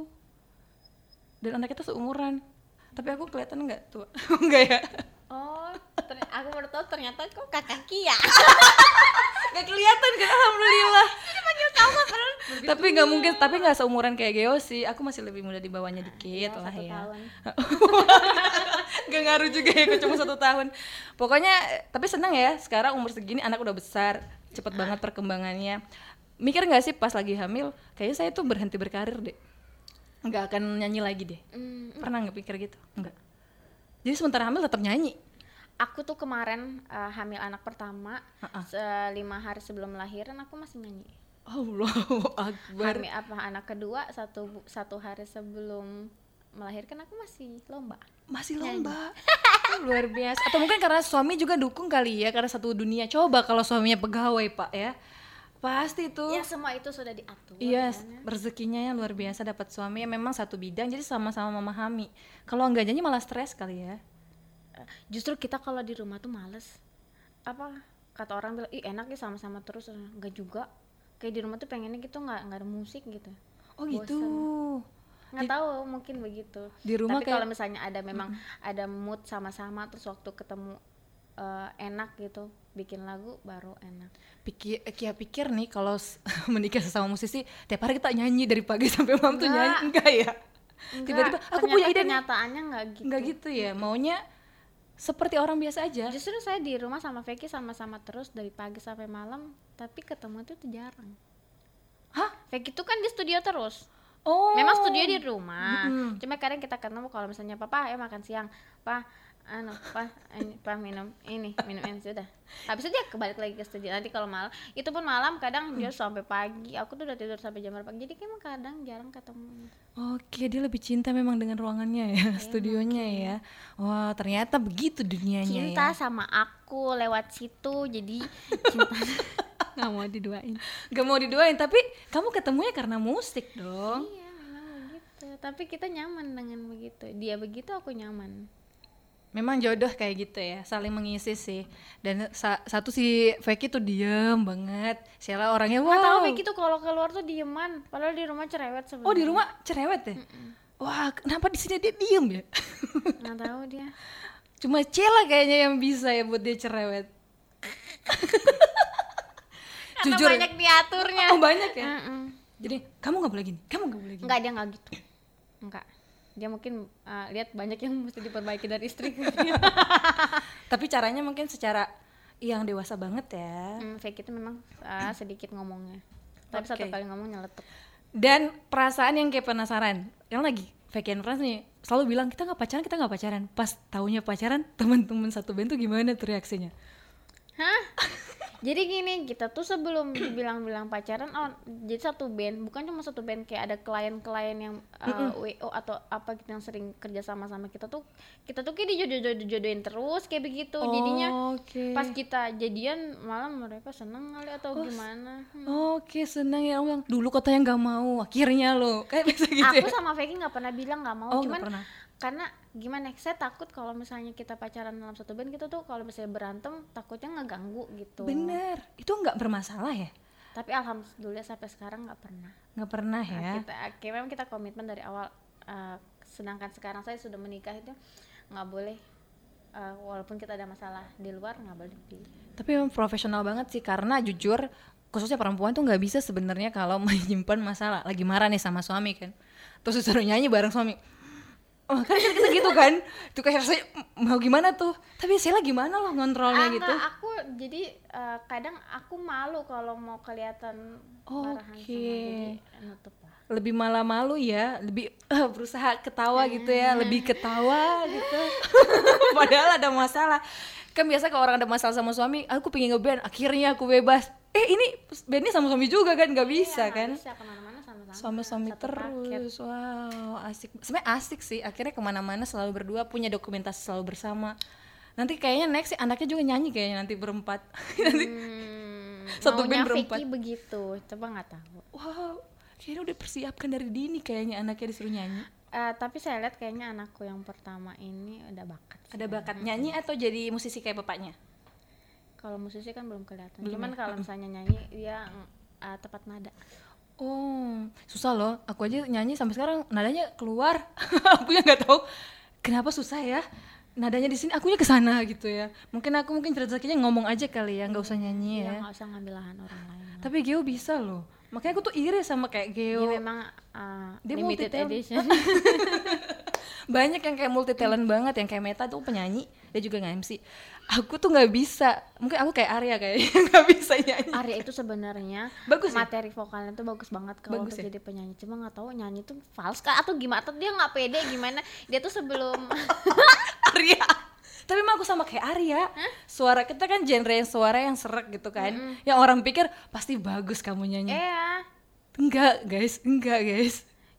Speaker 1: Dan anak kita seumuran. Tapi aku kelihatan nggak tua? Enggak ya?
Speaker 2: Aku baru tahu ternyata kok kakak Kia.
Speaker 1: Gak kelihatan kan, alhamdulillah.
Speaker 2: Ini panggil sama padahal.
Speaker 1: Tapi nggak mungkin, tapi nggak seumuran kayak Geo sih. Aku masih lebih muda di bawahnya dikit lah
Speaker 2: 1
Speaker 1: ya.
Speaker 2: tahun.
Speaker 1: Gak ngaruh juga ya, cuma 1 tahun. Pokoknya, tapi senang ya. Sekarang umur segini anak udah besar, cepet banget perkembangannya. Mikir nggak sih pas lagi hamil, kayaknya saya tuh berhenti berkarir deh, nggak akan nyanyi lagi deh. Pernah nggak pikir gitu? Enggak. Jadi sementara hamil tetap nyanyi.
Speaker 2: Aku tuh kemarin hamil anak pertama, 5 hari sebelum lahiran aku masih nyanyi.
Speaker 1: Allahu Akbar.
Speaker 2: Anak kedua satu hari sebelum melahirkan aku masih lomba.
Speaker 1: Masih lomba. Luar biasa. Atau mungkin karena suami juga dukung kali ya, karena satu dunia. Coba kalau suaminya pegawai Pak ya, pasti tuh.
Speaker 2: Ya semua itu sudah diatur.
Speaker 1: Iya,
Speaker 2: kan?
Speaker 1: rezekinya yang luar biasa dapat suami yang memang satu bidang, jadi sama-sama memahami. Kalau enggak jadi malah stres kali ya.
Speaker 2: Justru kita kalau di rumah tuh males. Apa kata orang bilang, ih enak ya sama-sama terus. Enggak juga. Kayak di rumah tuh pengennya gitu nggak ada musik gitu.
Speaker 1: Oh gitu.
Speaker 2: Nggak tahu, mungkin begitu.
Speaker 1: Di rumah
Speaker 2: tapi
Speaker 1: kayak
Speaker 2: kalau misalnya ada memang ada mood sama-sama, terus waktu ketemu enak gitu, bikin lagu baru enak.
Speaker 1: Pikir nih kalau menikah sesama musisi tiap hari kita nyanyi dari pagi sampai malam tuh nyanyi, enggak ya? Tiba-tiba aku punya ide nih.
Speaker 2: Kenyataannya nggak gitu.
Speaker 1: Enggak gitu ya, maunya seperti orang biasa aja.
Speaker 2: Justru saya di rumah sama Vicky sama-sama terus dari pagi sampai malam, tapi ketemu tuh jarang.
Speaker 1: Hah?
Speaker 2: Vicky tuh kan di studio terus.
Speaker 1: Oh.
Speaker 2: Memang studio di rumah. Cuma kadang kita ketemu kalau misalnya papa makan siang, pa minum ini sudah. Habis itu dia kebalik lagi ke studio. Nanti kalau malam, itu pun malam kadang dia sampai pagi. Aku tuh udah tidur sampai jam berapa. Jadi emang kadang jarang ketemu.
Speaker 1: Oke, dia lebih cinta memang dengan ruangannya ya, studionya ya. Wah, ternyata begitu dunianya
Speaker 2: cinta
Speaker 1: ya.
Speaker 2: sama aku lewat situ, jadi cinta. Nggak mau diduain.
Speaker 1: Gak mau diduain, tapi kamu ketemunya karena musik dong.
Speaker 2: Iya, memang begitu. Tapi kita nyaman dengan begitu. Dia begitu, aku nyaman.
Speaker 1: Memang jodoh kayak gitu ya, saling mengisi sih. Dan satu si Vicky tuh diem banget. Sheila orangnya wow.
Speaker 2: Nggak tahu Vicky tuh kalau keluar tuh dieman, padahal di rumah cerewet sebenarnya.
Speaker 1: Oh, di rumah cerewet ya? Wah, kenapa di sini dia diem ya?
Speaker 2: Nggak tahu dia.
Speaker 1: Cuma Sheila kayaknya yang bisa ya buat dia cerewet.
Speaker 2: Karena
Speaker 1: jujur
Speaker 2: banyak diaturnya.
Speaker 1: Oh banyak ya. Jadi kamu nggak boleh gini, kamu nggak boleh gini.
Speaker 2: Enggak, dia nggak gitu. Enggak. Dia mungkin lihat banyak yang mesti diperbaiki dari istri.
Speaker 1: Tapi caranya mungkin secara yang dewasa banget ya.
Speaker 2: Fake itu memang sedikit ngomongnya. Tapi satu kali ngomong nyeletuk.
Speaker 1: Dan perasaan yang kayak penasaran. Yang lagi fake and friends nih selalu bilang kita nggak pacaran. Pas taunya pacaran, teman-teman satu band tuh gimana tuh reaksinya?
Speaker 2: Hah? Jadi gini, kita tuh sebelum dibilang-bilang pacaran, jadi satu band, bukan cuma satu band, kayak ada klien-klien yang WO atau apa gitu yang sering kerja sama kita tuh kayak dijodohin terus kayak begitu. Jadinya pas kita jadian malah mereka seneng kali atau gimana.
Speaker 1: Oke, seneng ya orang. Dulu katanya nggak mau, akhirnya lo kayak bisa gitu.
Speaker 2: Aku sama Vicky nggak pernah bilang nggak mau, cuman karena gimana, saya takut kalau misalnya kita pacaran dalam satu band gitu tuh, kalau misalnya berantem takutnya ngeganggu gitu.
Speaker 1: Bener, itu nggak bermasalah ya?
Speaker 2: Tapi alhamdulillah sampai sekarang nggak
Speaker 1: pernah ya.
Speaker 2: Memang kita komitmen dari awal, sedangkan sekarang saya sudah menikah itu nggak boleh, walaupun kita ada masalah di luar nggak boleh.
Speaker 1: Tapi memang profesional banget sih, karena jujur khususnya perempuan tuh nggak bisa sebenarnya kalau menyimpan masalah, lagi marah nih sama suami kan, terus disuruh nyanyi bareng suami. Oh, kan kita gitu kan, itu kayak rasanya mau gimana tuh, tapi saya gimana loh ngontrolnya gitu.
Speaker 2: Aku jadi kadang aku malu kalau mau kelihatan marahan sama, jadi nutup lah.
Speaker 1: Lebih malah malu ya, lebih berusaha ketawa gitu ya, lebih ketawa gitu. Padahal ada masalah. Kan biasa kalau orang ada masalah sama suami, aku pengen ngeband, akhirnya aku bebas. Ini bandnya sama suami juga kan, nggak bisa kan?
Speaker 2: Bisa kemana-mana
Speaker 1: Suami terus. Wow, asik. Sebenarnya asik sih. Akhirnya kemana-mana selalu berdua, punya dokumentasi selalu bersama. Nanti kayaknya next sih anaknya juga nyanyi kayaknya nanti berempat. Satu band berempat.
Speaker 2: Vicky begitu, coba nggak tahu.
Speaker 1: Wow, kayaknya udah persiapkan dari dini kayaknya anaknya disuruh nyanyi.
Speaker 2: Tapi saya lihat kayaknya anakku yang pertama ini ada bakat.
Speaker 1: Ada bakat nyanyi atau jadi musisi kayak bapaknya?
Speaker 2: Kalau musisi kan belum kelihatan. Cuman kalau misalnya nyanyi dia tepat nada.
Speaker 1: Oh, susah loh. Aku aja nyanyi sampai sekarang nadanya keluar. Akunya nggak tahu kenapa susah ya. Nadanya di sini, akunya ke sana gitu ya. Mungkin rezekinya ngomong aja kali ya, nggak usah nyanyi ya.
Speaker 2: Nggak usah ngambil lahan orang lain.
Speaker 1: Tapi Geo bisa loh. Makanya aku tuh iri sama kayak Geo.
Speaker 2: Dia memang limited edition.
Speaker 1: Banyak yang kayak multi talent banget, yang kayak Meta tuh penyanyi, dia juga nge-MC. Aku tuh nggak bisa. Mungkin aku kayak Arya kayaknya nggak bisa nyanyi.
Speaker 2: Arya itu sebenarnya
Speaker 1: bagus
Speaker 2: materi vokalnya tuh bagus banget kalau untuk jadi penyanyi. Cuma nggak tahu nyanyi tuh fals kah atau gimana? Atau dia nggak pede gimana? Dia tuh sebelum
Speaker 1: Arya. Tapi emang aku sama kayak Arya. Suara kita kan genre yang suara yang serak gitu kan. Yang orang pikir pasti bagus kamu nyanyi.
Speaker 2: Iya.
Speaker 1: Enggak guys.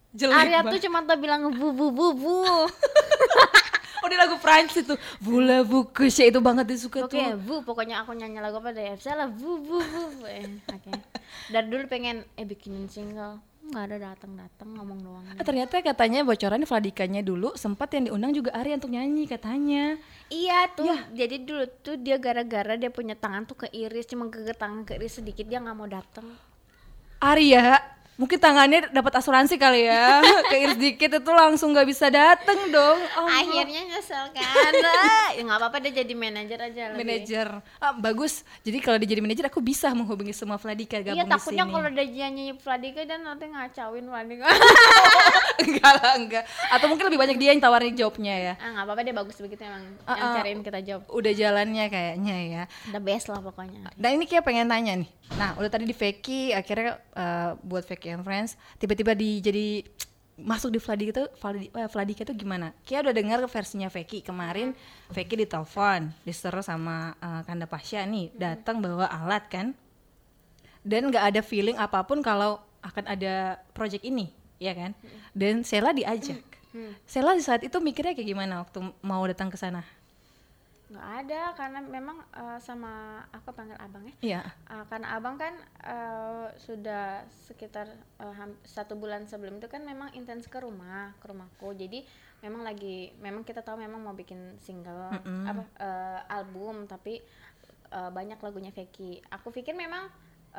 Speaker 2: Arya tuh cuma tau bilang bu bu bu bu.
Speaker 1: Oh, di lagu Prancis itu Vula Vukusha itu banget disuka tuh.
Speaker 2: Oke, bu, pokoknya aku nyanyi lagu apa deh? Salah bu bu bu. Oke. Dari dulu pengen bikinin single, nggak ada datang ngomong doang.
Speaker 1: Ternyata katanya bocoran Vladikanya dulu sempat yang diundang juga Arya untuk nyanyi katanya.
Speaker 2: Iya tuh, jadi dulu tuh dia gara-gara dia punya tangan tuh keiris, cuma tangan keiris sedikit dia nggak mau datang.
Speaker 1: Arya mungkin tangannya dapat asuransi kali ya, keiris dikit itu langsung nggak bisa dateng dong.
Speaker 2: Akhirnya nyesel kan. Ya nggak apa-apa, dia jadi manajer aja.
Speaker 1: Manajer, bagus. Jadi kalau dia jadi manajer aku bisa menghubungi semua Vladika gabung di sini.
Speaker 2: Iya, takutnya kalau dia nyanyi Vladika dan nanti ngacauin Vladika.
Speaker 1: enggak. Atau mungkin lebih banyak dia yang tawarin jobnya ya.
Speaker 2: Nggak apa-apa, dia bagus begitu emang. Yang cariin kita job.
Speaker 1: Udah jalannya kayaknya ya.
Speaker 2: The best lah pokoknya.
Speaker 1: Dan ini kayak pengen tanya nih. Nah, udah tadi di Feki akhirnya buat Feki and Friends, tiba-tiba jadi masuk di Vladika itu gimana? Kayak udah dengar versinya Feki kemarin. Feki ditelepon, diseru sama Kanda Pasha nih, datang bawa alat kan. Dan nggak ada feeling apapun kalau akan ada project ini, ya kan? Dan Sheila diajak. Sheila di saat itu mikirnya kayak gimana waktu mau datang ke sana?
Speaker 2: Nggak ada, karena memang sama aku panggil abang ya.
Speaker 1: Iya.
Speaker 2: Karena abang kan sudah sekitar 1 bulan sebelum itu kan memang intens ke rumahku. Jadi memang kita tahu memang mau bikin single album, tapi banyak lagunya Feki. Aku pikir memang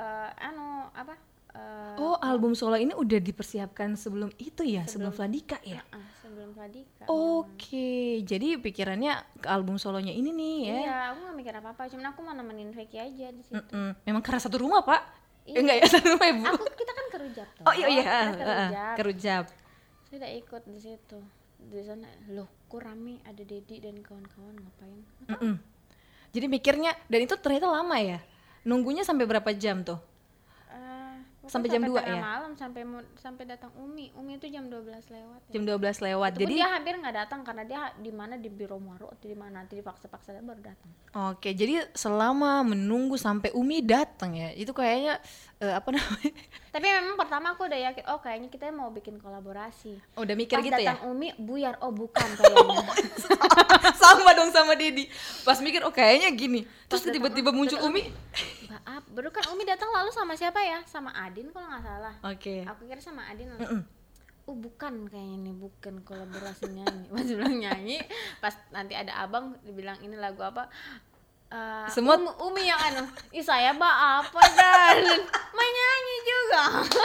Speaker 1: album solo ini udah dipersiapkan sebelum itu ya, sebelum Vladika ya?
Speaker 2: Sebelum Vladika.
Speaker 1: Oke, jadi pikirannya ke album solonya ini nih ya?
Speaker 2: Iya, aku nggak mikir apa-apa, cuman aku mau nemenin Feki aja di situ.
Speaker 1: Memang karena satu rumah Pak?
Speaker 2: Iya.
Speaker 1: Enggak ya, satu rumah Ibu?
Speaker 2: Kita kan kerujap tuh.
Speaker 1: Oh iya, kerujap.
Speaker 2: Saya udah ikut di situ. Di sana, loh kok rame, ada Dedi dan kawan-kawan ngapain?
Speaker 1: Jadi mikirnya, dan itu ternyata lama ya? Nunggunya sampai berapa jam tuh? Sampai jam 2 ya?
Speaker 2: Malam sampai datang Umi itu jam 12 lewat.
Speaker 1: Jam 12 lewat.
Speaker 2: Itu
Speaker 1: jadi
Speaker 2: dia hampir nggak datang karena dia di mana di Biro Maru atau di mana, nanti dipaksa-paksa dia baru datang.
Speaker 1: Oke, jadi selama menunggu sampai Umi datang ya, itu kayaknya apa namanya?
Speaker 2: Tapi memang pertama aku udah yakin, kayaknya kita mau bikin kolaborasi.
Speaker 1: Udah mikir
Speaker 2: pas
Speaker 1: gitu ya?
Speaker 2: Pas datang Umi buyar, bukan kayaknya.
Speaker 1: Sama dong sama Dedi. Pas mikir kayaknya gini. Terus tiba-tiba muncul Umi.
Speaker 2: Maaf, baru kan Umi datang lalu sama siapa ya? Sama Adin kalau nggak salah.
Speaker 1: Oke.
Speaker 2: Aku kira sama Adin. Bukan kayaknya nih, bukan kolaborasi nyanyi. Pas bilang nyanyi, pas nanti ada abang dibilang ini lagu apa?
Speaker 1: Semua
Speaker 2: Umi yang saya apa dan main nyanyi juga.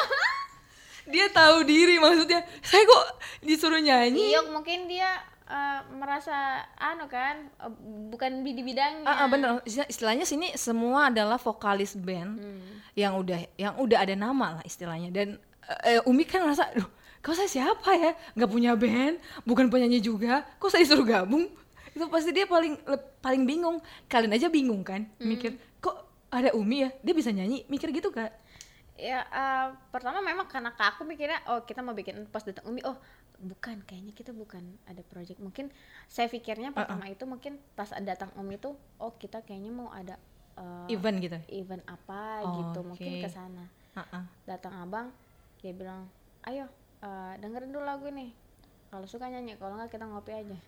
Speaker 1: Dia tahu diri, maksudnya saya kok disuruh nyanyi.
Speaker 2: Iya, mungkin dia merasa kan bukan di bidangnya.
Speaker 1: Bener, istilahnya sini semua adalah vokalis band yang udah ada nama lah istilahnya. Dan Umi kan merasa, kok saya siapa ya, nggak punya band, bukan penyanyi juga, kok saya disuruh gabung. Itu pasti dia paling bingung. Kalian aja bingung kan, mikir kok ada Umi ya, dia bisa nyanyi, mikir gitu Kak.
Speaker 2: Ya pertama memang karena aku mikirnya kita mau bikin, pas datang Umi bukan, kayaknya kita bukan ada project. Mungkin saya pikirnya pertama itu mungkin pas datang Umi itu kita kayaknya mau ada
Speaker 1: event gitu,
Speaker 2: event apa gitu, mungkin ke sana. Datang abang, dia bilang ayo dengerin dulu lagu nih, kalau suka nyanyi, kalau nggak kita ngopi aja.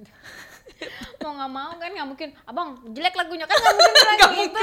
Speaker 2: Mau nggak mau kan, nggak mungkin abang jelek lagunya kan, nggak mungkin lagi gitu.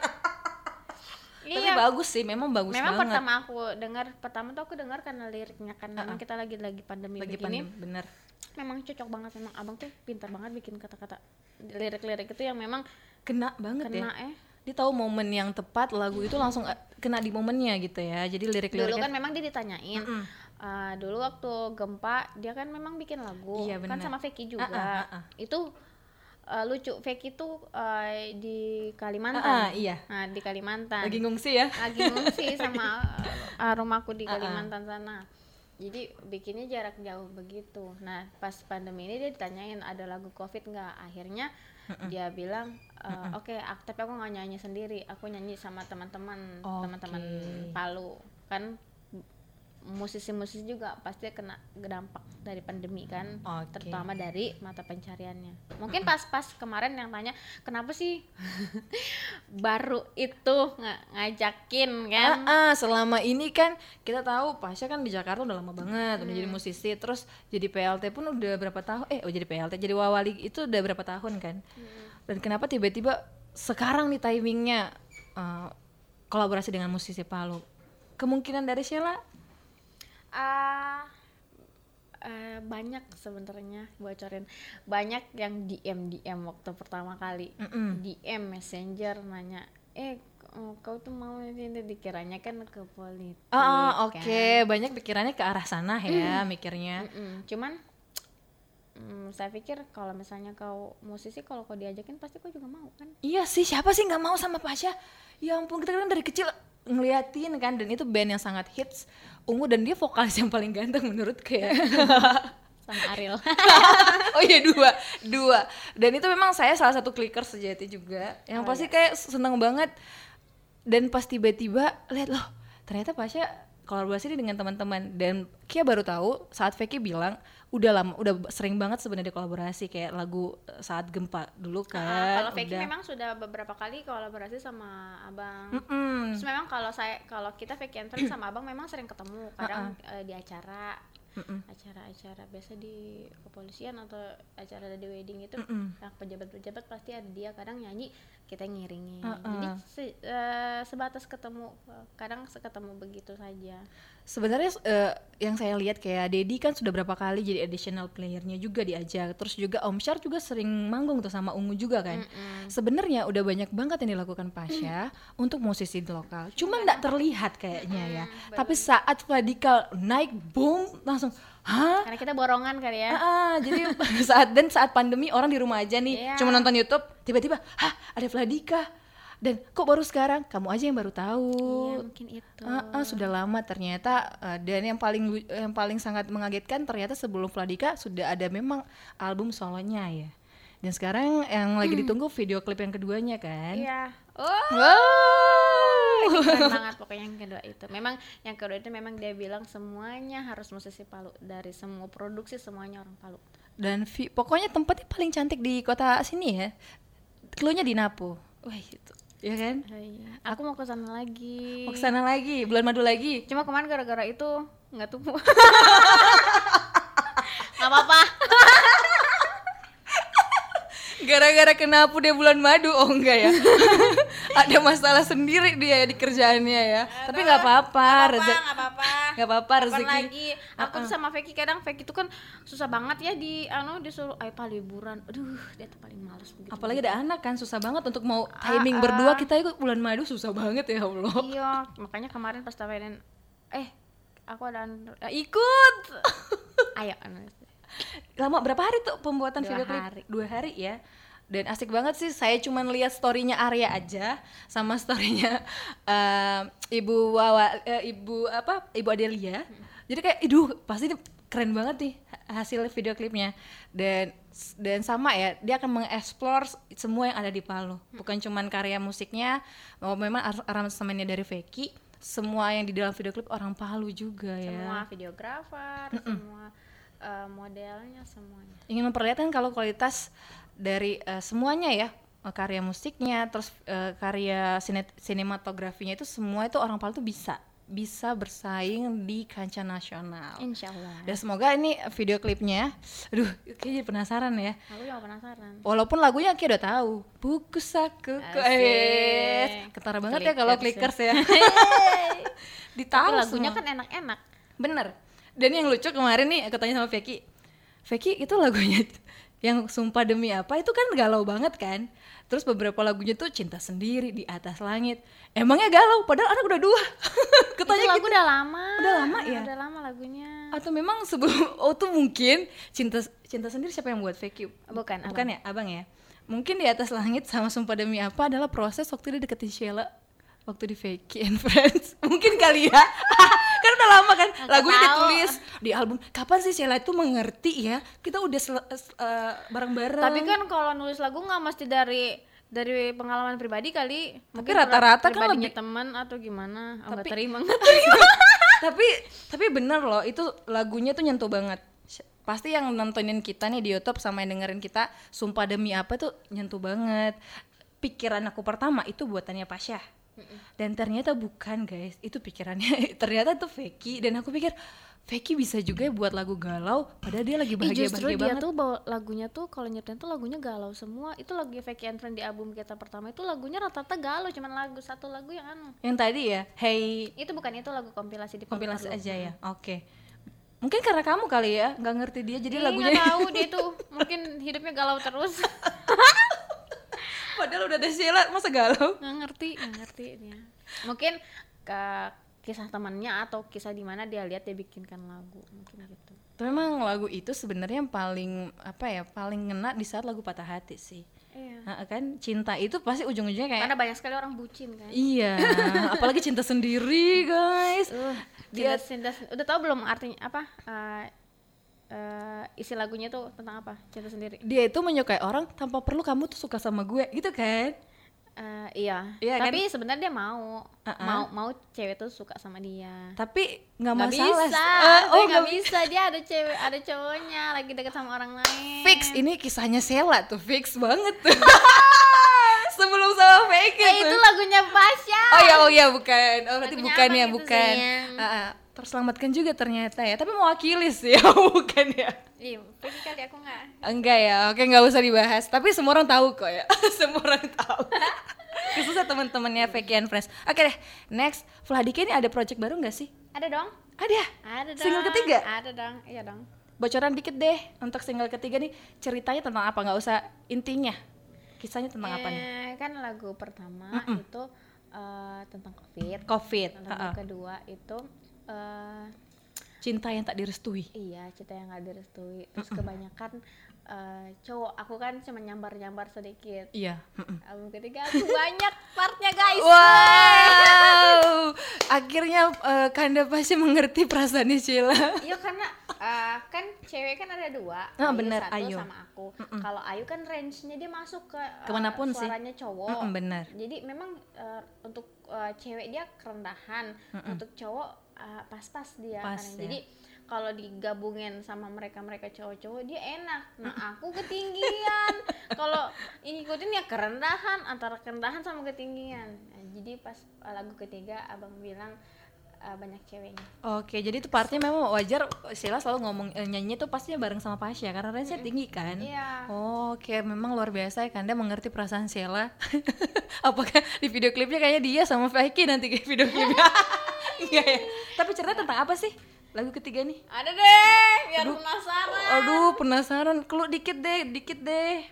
Speaker 1: Tapi bagus sih, memang bagus
Speaker 2: memang
Speaker 1: banget.
Speaker 2: Pertama tuh aku dengar karena liriknya kan, memang kita lagi pandemi begini.
Speaker 1: Bener.
Speaker 2: Memang cocok banget, memang abang tuh pintar banget bikin kata-kata lirik-lirik itu yang memang
Speaker 1: kena banget ya. Dia tahu momen yang tepat, lagu itu langsung kena di momennya gitu ya. Jadi lirik-liriknya.
Speaker 2: Dulu kan memang dia ditanyain. Dulu waktu gempa dia kan memang bikin lagu, kan sama Feki juga. Itu lucu, Feki tuh di Kalimantan.
Speaker 1: Iya.
Speaker 2: Nah, di Kalimantan.
Speaker 1: Lagi ngungsi ya?
Speaker 2: Lagi ngungsi sama rumahku di Kalimantan sana. Jadi bikinnya jarak jauh begitu. Nah, pas pandemi ini dia ditanyain ada lagu Covid nggak? Akhirnya dia bilang oke, tapi aku nggak nyanyi sendiri, aku nyanyi sama teman-teman Palu kan. musisi-musisi juga pasti kena dampak dari pandemi kan, terutama dari mata pencariannya. Mungkin pas kemarin yang tanya kenapa sih baru itu ngajakin kan?
Speaker 1: Selama ini kan kita tahu Pasha kan di Jakarta udah lama banget, udah jadi musisi, terus jadi PLT pun udah berapa tahun? Jadi PLT, jadi Wawali itu udah berapa tahun kan? Dan kenapa tiba-tiba sekarang nih timingnya kolaborasi dengan musisi Palu? Kemungkinan dari Sheila?
Speaker 2: Banyak sebenarnya, bocorin banyak yang DM waktu pertama kali. DM Messenger nanya kau tuh mau ini, dikiranya kan ke politik.
Speaker 1: Oke. Banyak pikirannya ke arah sana ya mikirnya.
Speaker 2: Cuman saya pikir kalau misalnya kau musisi, kalau kau diajakin pasti kau juga mau kan.
Speaker 1: Iya sih, siapa sih nggak mau sama Pasha? Ya ampun, kita kan dari kecil ngeliatin kan, dan itu band yang sangat hits. Ungu, dan dia vokalis yang paling ganteng menurut kayak
Speaker 2: sama Ariel.
Speaker 1: Oh iya, dua. Dan itu memang saya salah satu clicker sejati juga, yang pasti kayak seneng banget. Dan pas tiba-tiba lihat loh, ternyata Pasha kolaborasi dengan teman-teman. Dan Kia baru tahu saat Vicky bilang udah sering banget sebenarnya kolaborasi, kayak lagu Saat Gempa dulu kan.
Speaker 2: Kalau Vicky memang sudah beberapa kali kolaborasi sama Abang. Terus memang kalau kita Vicky and Friends sama Abang memang sering ketemu, kadang di acara biasa di kepolisian atau acara di wedding itu, nah, pejabat-pejabat pasti ada dia, kadang nyanyi kita ngiringin. Jadi sebatas ketemu, kadang ketemu begitu saja.
Speaker 1: Sebenarnya yang saya lihat kayak Dedi kan sudah berapa kali jadi additional playernya juga diajak, terus juga Om Syar juga sering manggung tuh sama Ungu juga kan. Sebenarnya udah banyak banget yang dilakukan Pasha untuk musisi lokal, cuma nggak terlihat kayaknya ya. Tapi saat Vladika naik boom langsung
Speaker 2: karena kita borongan kali ya.
Speaker 1: Jadi saat pandemi orang di rumah aja nih, cuma nonton YouTube, tiba-tiba ada Vladika. Dan kok baru sekarang? Kamu aja yang baru tahu.
Speaker 2: Iya, mungkin itu.
Speaker 1: Sudah lama ternyata. Dan yang paling sangat mengagetkan, ternyata sebelum Vladika sudah ada memang album solonya ya. Dan sekarang yang lagi ditunggu video klip yang keduanya kan.
Speaker 2: Iya. Keren banget pokoknya yang kedua itu. Memang yang kedua itu memang dia bilang semuanya harus musisi Palu, dari semua produksi semuanya orang Palu.
Speaker 1: Dan pokoknya tempatnya paling cantik di kota sini ya. Cluenya di Napu. Wah itu. Ya kan?
Speaker 2: Iya. Aku mau ke sana lagi.
Speaker 1: Mau ke sana lagi, bulan madu lagi.
Speaker 2: Cuma kemarin gara-gara itu nggak tumbuh. Nggak apa-apa.
Speaker 1: Gara-gara kenapa dia bulan madu? Oh enggak ya. Ada masalah sendiri dia di kerjaannya ya. Tapi nggak apa-apa. Nggak apa-apa rezeki.
Speaker 2: Lagi. Aku tuh sama Vicky, kadang Vicky tuh kan susah banget ya disuruh ayo Pak liburan. Aduh, dia tuh paling males begitu.
Speaker 1: Apalagi ada anak kan, susah banget untuk mau timing berdua, kita ikut bulan madu susah banget ya Allah.
Speaker 2: Iya, makanya kemarin pas tawarin aku ada ikut. Ayo
Speaker 1: Lama berapa hari tuh pembuatan video klip? 2 hari ya. Dan asik banget sih, saya cuman lihat story-nya Arya aja sama story-nya Ibu Adelia. Jadi kayak pasti pasti keren banget nih hasil video klipnya. Dan sama ya, dia akan mengeksplor semua yang ada di Palu. Bukan cuman karya musiknya, memang aransemennya dari Vicky, semua yang di dalam video klip orang Palu juga ya.
Speaker 2: Semua videografer, semua modelnya, semuanya. Ingin
Speaker 1: memperlihatkan kalau kualitas dari semuanya ya, karya musiknya, terus karya sinematografinya itu semua itu orang Palu tuh bisa bersaing di kancah nasional.
Speaker 2: Insyaallah.
Speaker 1: Dan semoga ini video klipnya, kayaknya penasaran ya.
Speaker 2: Aku juga penasaran.
Speaker 1: Walaupun lagunya kayak udah tahu. Buku saku, ketara banget ya kalau clickers ya.
Speaker 2: Tapi lagunya kan enak-enak.
Speaker 1: Bener. Dan yang lucu kemarin nih aku tanya sama Vicky itu lagunya yang Sumpah Demi Apa itu kan galau banget kan. Terus beberapa lagunya tuh Cinta Sendiri, Di Atas Langit, emangnya galau padahal anak udah 2.
Speaker 2: Itu lagu gitu. Udah lama ya? Udah lama lagunya.
Speaker 1: Atau memang sebelum tuh mungkin Cinta Sendiri siapa yang buat Vicky? Bukan ya, Abang ya. Mungkin Di Atas Langit sama Sumpah Demi Apa adalah proses waktu dia deketin Sheila waktu di Vicky and Friends. Mungkin kali ya. Kan udah lama kan lagunya ditulis di album. Kapan sih Sheila itu mengerti ya kita udah bareng-bareng.
Speaker 2: Tapi kan kalau nulis lagu nggak mesti dari pengalaman pribadi kali.
Speaker 1: Mungkin rata-rata kan
Speaker 2: lebih teman atau gimana.
Speaker 1: Tapi
Speaker 2: terima
Speaker 1: Tapi bener loh, itu lagunya tuh nyentuh banget. Pasti yang nontonin kita nih di YouTube sama yang dengerin kita, sumpah demi apa tuh nyentuh banget. Pikiran aku pertama itu buatannya Pasha. Dan ternyata bukan guys, itu pikirannya ternyata tuh Feki. Dan aku pikir Feki bisa juga buat lagu galau padahal dia lagi bahagia-bahagia
Speaker 2: justru
Speaker 1: banget.
Speaker 2: dia tuh bawa lagunya tuh kalau nyiptain tuh lagunya galau semua. Itu lagu Feki and Friends di album kita pertama itu lagunya rata-rata galau, cuman satu lagu yang
Speaker 1: Yang tadi ya, Hey,
Speaker 2: itu bukan, itu lagu kompilasi di
Speaker 1: kompilasi
Speaker 2: Palu.
Speaker 1: aja ya. Oke. Mungkin karena kamu kali ya nggak ngerti dia jadi lagunya.
Speaker 2: Nggak tahu dia tuh mungkin hidupnya galau terus.
Speaker 1: Padahal udah ada Sheila masa galau.
Speaker 2: nggak ngerti dia. Mungkin ke kisah temannya atau kisah di mana dia lihat dia bikinkan lagu, mungkin gitu.
Speaker 1: Tapi memang lagu itu sebenarnya yang paling paling ngena di saat lagu Patah Hati sih.
Speaker 2: Iya.
Speaker 1: Nah, kan cinta itu pasti ujung-ujungnya kayak
Speaker 2: Karena banyak sekali orang bucin kan.
Speaker 1: iya, apalagi cinta sendiri guys.
Speaker 2: Cinta, udah tahu belum artinya apa? Isi lagunya tuh tentang apa? Cinta sendiri.
Speaker 1: Dia itu menyukai orang tanpa perlu kamu tuh suka sama gue, gitu kan?
Speaker 2: Iya.
Speaker 1: kan?
Speaker 2: Tapi sebenarnya dia mau cewek tuh suka sama dia.
Speaker 1: Tapi nggak
Speaker 2: Nggak
Speaker 1: masalah.
Speaker 2: bisa. Nggak bisa. Dia ada cowoknya lagi deket sama orang lain.
Speaker 1: Fix, ini kisahnya Sheila tuh fix banget tuh. Sebelum sama Fake tuh.
Speaker 2: Itu lagunya Pasha.
Speaker 1: Oh ya bukan. Oh berarti
Speaker 2: Lagunya
Speaker 1: bukan
Speaker 2: apa
Speaker 1: ya,
Speaker 2: gitu,
Speaker 1: bukan.
Speaker 2: sayang?
Speaker 1: Terselamatkan juga ternyata ya. Tapi mewakili sih, bukan ya.
Speaker 2: Iya, tapi kali aku nggak.
Speaker 1: Enggak ya, oke nggak usah dibahas. Tapi semua orang tahu kok ya. Semua orang tahu. Khususnya teman-temannya Feki and Friends. Oke deh, next. Vladika ini ada project baru nggak sih?
Speaker 2: Ada dong.
Speaker 1: Ada.
Speaker 2: Ada dong.
Speaker 1: Single ketiga?
Speaker 2: Ada dong. Iya dong.
Speaker 1: Bocoran dikit deh untuk single ketiga nih. Ceritanya tentang apa? Nggak usah intinya. Kisahnya tentang apa nih?
Speaker 2: Kan lagu pertama itu tentang
Speaker 1: Covid.
Speaker 2: Lagu kedua itu
Speaker 1: Cinta yang tak direstui.
Speaker 2: iya, cinta yang gak direstui. Terus kebanyakan cowok, aku kan cuma nyambar-nyambar sedikit.
Speaker 1: Iya.
Speaker 2: Album ketiga aku banyak partnya guys.
Speaker 1: Wow. Akhirnya Kanda pasti mengerti perasaan Sheila.
Speaker 2: Iya karena kan cewek kan ada dua,
Speaker 1: bener,
Speaker 2: satu
Speaker 1: Ayu.
Speaker 2: sama aku. Kalau Ayu kan range-nya dia masuk ke
Speaker 1: Kemanapun sih.
Speaker 2: suaranya cowok.
Speaker 1: Bener.
Speaker 2: Jadi memang untuk cewek dia kerendahan, untuk cowok pas-pas dia.
Speaker 1: Pas,
Speaker 2: Kadang.
Speaker 1: ya.
Speaker 2: Jadi kalau digabungin sama mereka cowok-cowok dia enak. Nah aku ketinggian. Kalau ngikutin ya kerendahan, antara kerendahan sama ketinggian. Nah, jadi pas lagu ketiga abang bilang banyak ceweknya.
Speaker 1: Oke, jadi itu partnya memang wajar. Sheila selalu ngomong nyanyi tuh pastinya bareng sama Pasha karena range-nya tinggi kan.
Speaker 2: Iya.
Speaker 1: Oke, memang luar biasa ya Kanda mengerti perasaan Sheila. Apakah di video klipnya kayaknya dia sama Feki nanti kayak video klipnya? Enggak ya. Tapi cerita tentang apa sih lagu ketiga nih?
Speaker 2: Ada deh, biar penasaran.
Speaker 1: Aduh, penasaran. Keluh dikit deh.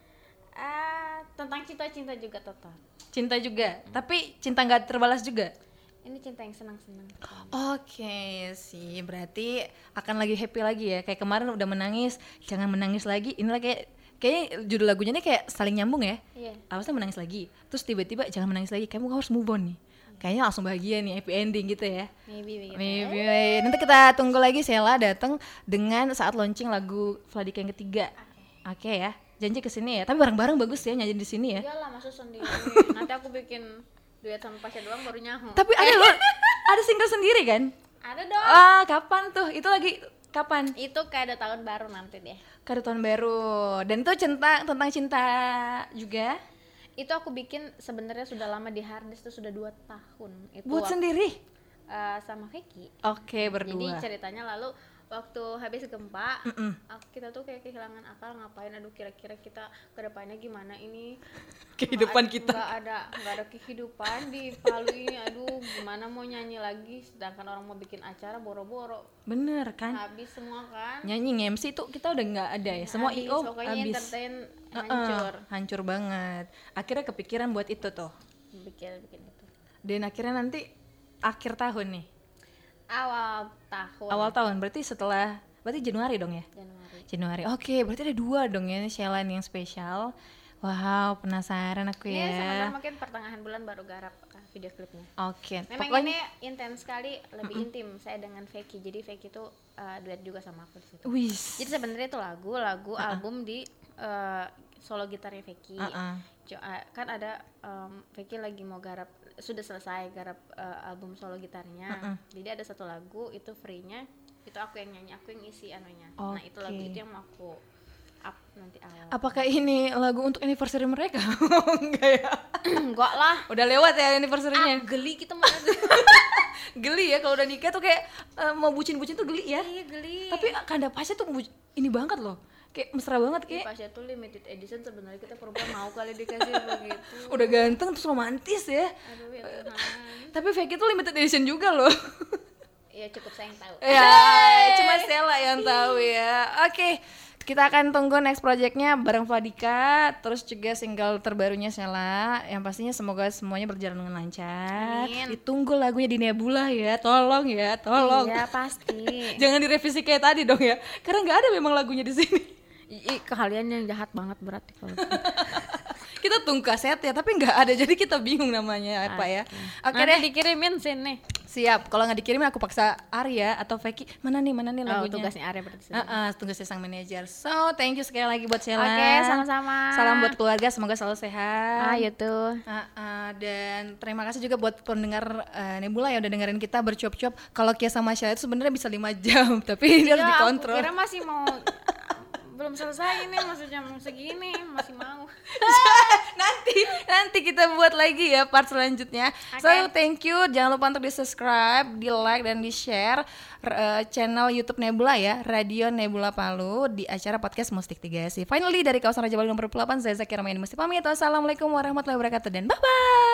Speaker 2: Tentang cinta juga tetap.
Speaker 1: Cinta juga, tapi cinta nggak terbalas juga.
Speaker 2: Ini cinta yang senang-senang.
Speaker 1: Oke sih, berarti akan lagi happy lagi ya. Kayak kemarin udah menangis, jangan menangis lagi. Inilah kayaknya judul lagunya nih kayak saling nyambung ya.
Speaker 2: Iya.
Speaker 1: Awalnya menangis lagi, terus tiba-tiba jangan menangis lagi. Kamu harus move on nih. Kayaknya langsung bahagia nih, happy ending gitu ya. Maybe. Nanti kita tunggu lagi Sheila datang dengan saat launching lagu Vladika yang ketiga. Oke ya. Janji kesini ya. Tapi bareng-bareng bagus ya nyanyi di sini ya.
Speaker 2: Iyalah, masa sendiri. Nanti aku bikin duet sama Pasha doang baru nyaho.
Speaker 1: Tapi ada loh, ada single sendiri kan?
Speaker 2: Ada dong.
Speaker 1: Kapan tuh? Itu lagi kapan?
Speaker 2: Itu kayak ada tahun baru nanti deh.
Speaker 1: Kado tahun baru. Dan itu tentang cinta juga.
Speaker 2: Itu aku bikin sebenarnya sudah lama di harddisk tuh sudah 2 tahun. Itu
Speaker 1: Buat sendiri.
Speaker 2: Sama Feki.
Speaker 1: Oke, berdua.
Speaker 2: Jadi ceritanya lalu waktu habis gempa, kita tuh kayak kehilangan akal ngapain. Aduh, kira-kira kita kedepannya gimana ini?
Speaker 1: Kehidupan kita.
Speaker 2: Nggak ada kehidupan di Palu ini. Aduh, gimana mau nyanyi lagi? Sedangkan orang mau bikin acara boro-boro.
Speaker 1: Bener kan?
Speaker 2: Habis semua kan?
Speaker 1: Nyanyi MC tuh kita udah nggak ada ya. Semua
Speaker 2: Habis,
Speaker 1: IO
Speaker 2: pokoknya
Speaker 1: habis.
Speaker 2: entertain hancur.
Speaker 1: Hancur banget. Akhirnya kepikiran buat itu tuh.
Speaker 2: Bikin gitu.
Speaker 1: Dan akhirnya nanti akhir tahun nih.
Speaker 2: Awal
Speaker 1: tahun berarti berarti Januari dong ya. Januari. Oke, berarti ada 2 dong ya Sheila yang spesial. Wow, penasaran aku ya.
Speaker 2: Ini sebenarnya mungkin pertengahan bulan baru garap video klipnya.
Speaker 1: Oke.
Speaker 2: Memang
Speaker 1: Pokoknya
Speaker 2: ini intens sekali, lebih intim saya dengan Feki. Jadi Feki itu duet juga sama aku di situ.
Speaker 1: wis.
Speaker 2: Jadi sebenarnya itu lagu album di solo gitarnya Feki. Kan ada Feki lagi mau garap sudah selesai garap album solo gitarnya. Jadi ada satu lagu itu free-nya, itu aku yang nyanyi, aku yang isi anunya. Nah itu lagu itu yang mau aku up nanti awal.
Speaker 1: Apakah ini lagu untuk anniversary mereka? Enggak ya?
Speaker 2: Enggak lah,
Speaker 1: Udah lewat ya anniversary-nya.
Speaker 2: geli kita mau.
Speaker 1: Geli ya kalau udah nikah tuh kayak mau bucin-bucin tuh geli ya.
Speaker 2: Iya geli.
Speaker 1: Tapi Kanda Pasha tuh ini banget loh. Kayak mesra banget kayak.
Speaker 2: Pasha tuh limited edition, sebenarnya kita perempuan mau kali dikasih begitu.
Speaker 1: Udah ganteng terus romantis ya.
Speaker 2: Aduh ya Tuhan.
Speaker 1: Tapi Vicky tuh limited edition juga loh.
Speaker 2: Ya cukup saya yang tahu.
Speaker 1: Ya, cuma Sheila yang tahu ya. Oke, kita akan tunggu next projectnya bareng Vladika, terus juga single terbarunya Sheila. Yang pastinya semoga semuanya berjalan dengan lancar.
Speaker 2: Amin.
Speaker 1: Ditunggu lagunya di Nebula ya, tolong ya, tolong.
Speaker 2: Iya pasti.
Speaker 1: Jangan direvisi kayak tadi dong ya, karena nggak ada memang lagunya di sini.
Speaker 2: Kalian yang jahat banget berarti kalau gitu.
Speaker 1: Kita tunggu kasetnya, tapi nggak ada, jadi kita bingung namanya apa ya. Oke
Speaker 2: Nanti
Speaker 1: deh,
Speaker 2: dikirimin sini.
Speaker 1: siap. Kalau nggak dikirimin aku paksa Arya atau Vicky. Mana nih lagunya?
Speaker 2: Tugasnya Arya berarti.
Speaker 1: Tugasnya sang manajer. So, thank you sekali lagi buat Sheila.
Speaker 2: Oke, sama-sama.
Speaker 1: Salam buat keluarga, semoga selalu sehat.
Speaker 2: Ayo tuh.
Speaker 1: Dan terima kasih juga buat pendengar Nebula yang udah dengerin kita bercuap-cuap. Kalau Kia sama Sheila itu sebenarnya bisa 5 jam, tapi dia harus dikontrol.
Speaker 2: Aku kira masih mau belum selesai ini, masih jam segini masih mau.
Speaker 1: nanti kita buat lagi ya part selanjutnya. So thank you, jangan lupa untuk di subscribe, di like dan di share channel YouTube Nebula ya, Radio Nebula Palu di acara podcast Mustik 3 sih. Finally dari kawasan Raja Bali nomor 28, saya Zakira Main mesti pamit. Wassalamualaikum warahmatullahi wabarakatuh dan bye bye.